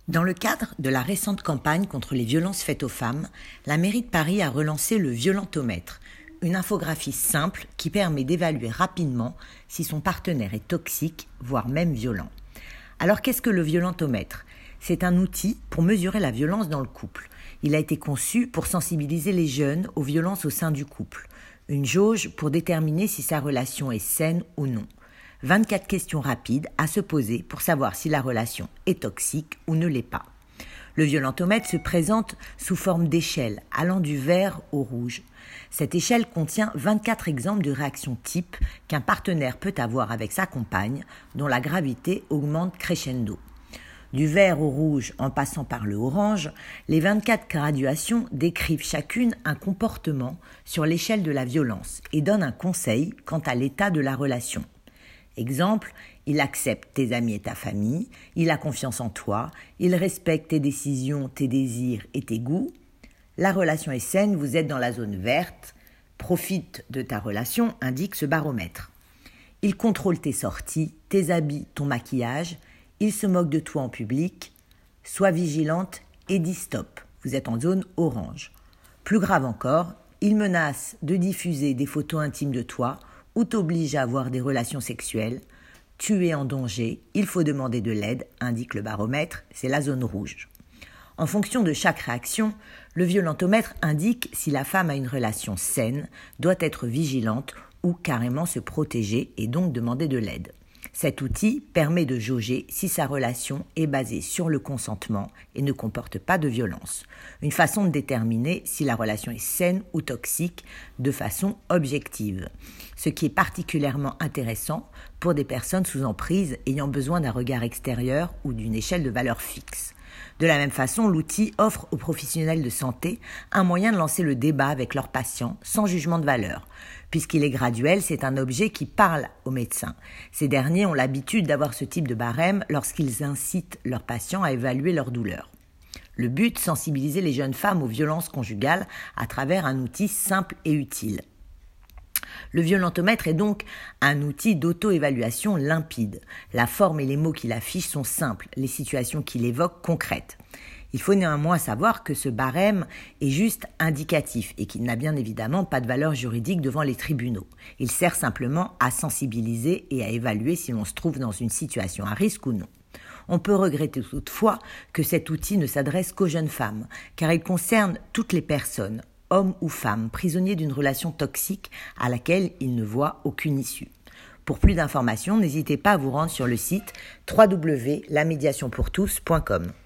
Dans le cadre de la récente campagne contre les violences faites aux femmes, la mairie de Paris a relancé le violentomètre, une infographie simple qui permet d'évaluer rapidement si son partenaire est toxique, voire même violent. Alors qu'est-ce que le violentomètre ? C'est un outil pour mesurer la violence dans le couple. Il a été conçu pour sensibiliser les jeunes aux violences au sein du couple. Une jauge pour déterminer si sa relation est saine ou non. 24 questions rapides à se poser pour savoir si la relation est toxique ou ne l'est pas. Le violentomètre se présente sous forme d'échelle, allant du vert au rouge. Cette échelle contient 24 exemples de réactions types qu'un partenaire peut avoir avec sa compagne, dont la gravité augmente crescendo. Du vert au rouge en passant par le orange, les 24 graduations décrivent chacune un comportement sur l'échelle de la violence et donnent un conseil quant à l'état de la relation. Exemple, il accepte tes amis et ta famille, il a confiance en toi, il respecte tes décisions, tes désirs et tes goûts. La relation est saine, vous êtes dans la zone verte, profite de ta relation, indique ce baromètre. Il contrôle tes sorties, tes habits, ton maquillage, il se moque de toi en public, sois vigilante et dis stop, vous êtes en zone orange. Plus grave encore, il menace de diffuser des photos intimes de toi ou t'oblige à avoir des relations sexuelles, tu es en danger, il faut demander de l'aide, indique le baromètre, c'est la zone rouge. En fonction de chaque réaction, le violentomètre indique si la femme a une relation saine, doit être vigilante ou carrément se protéger et donc demander de l'aide. Cet outil permet de jauger si sa relation est basée sur le consentement et ne comporte pas de violence. Une façon de déterminer si la relation est saine ou toxique de façon objective. Ce qui est particulièrement intéressant pour des personnes sous emprise ayant besoin d'un regard extérieur ou d'une échelle de valeur fixe. De la même façon, l'outil offre aux professionnels de santé un moyen de lancer le débat avec leurs patients sans jugement de valeur. Puisqu'il est graduel, c'est un objet qui parle aux médecins. Ces derniers ont l'habitude d'avoir ce type de barème lorsqu'ils incitent leurs patients à évaluer leur douleur. Le but, sensibiliser les jeunes femmes aux violences conjugales à travers un outil simple et utile. Le violentomètre est donc un outil d'auto-évaluation limpide. La forme et les mots qu'il affiche sont simples, les situations qu'il évoque concrètes. Il faut néanmoins savoir que ce barème est juste indicatif et qu'il n'a bien évidemment pas de valeur juridique devant les tribunaux. Il sert simplement à sensibiliser et à évaluer si l'on se trouve dans une situation à risque ou non. On peut regretter toutefois que cet outil ne s'adresse qu'aux jeunes femmes, car il concerne toutes les personnes, hommes ou femmes, prisonniers d'une relation toxique à laquelle ils ne voient aucune issue. Pour plus d'informations, n'hésitez pas à vous rendre sur le site www.lamediationpourtous.com.